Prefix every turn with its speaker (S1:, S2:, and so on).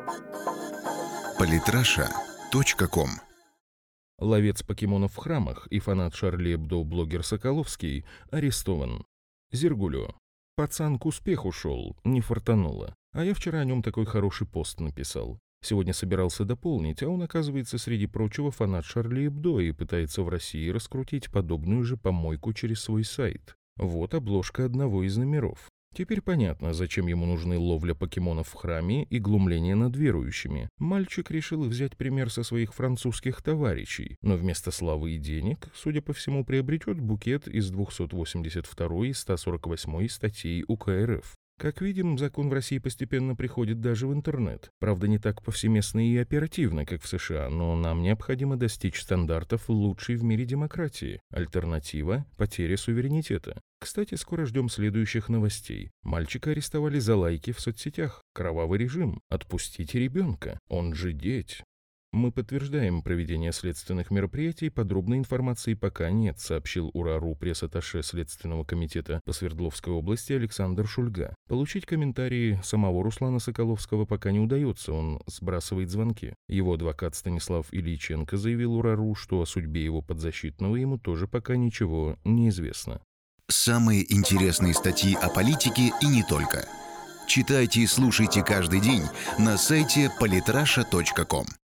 S1: Политраша.ком.
S2: Ловец покемонов в храмах и фанат Шарли Эбдо блогер Соколовский арестован. Зергулё. Пацан к успеху шел, не фартануло. А я вчера о нем такой хороший пост написал. Сегодня собирался дополнить, а он, оказывается, среди прочего фанат Шарли Эбдо и пытается в России раскрутить подобную же помойку через свой сайт. Вот обложка одного из номеров. Теперь понятно, зачем ему нужны ловля покемонов в храме и глумление над верующими. Мальчик решил взять пример со своих французских товарищей, но вместо славы и денег, судя по всему, приобретет букет из 282 и 148 статей УК РФ. Как видим, закон в России постепенно приходит даже в интернет. Правда, не так повсеместно и оперативно, как в США, но нам необходимо достичь стандартов лучшей в мире демократии. Альтернатива – потеря суверенитета. Кстати, скоро ждем следующих новостей. Мальчика арестовали за лайки в соцсетях. Кровавый режим. Отпустите ребенка. Он же деть. Мы подтверждаем проведение следственных мероприятий, подробной информации пока нет, сообщил УРА.ру пресс-атташе Следственного комитета по Свердловской области Александр Шульга. Получить комментарии самого Руслана Соколовского пока не удается, он сбрасывает звонки. Его адвокат Станислав Ильиченко заявил УРА.ру, что о судьбе его подзащитного ему тоже пока ничего не известно.
S1: Самые интересные статьи о политике и не только. Читайте и слушайте каждый день на сайте politrasha.com.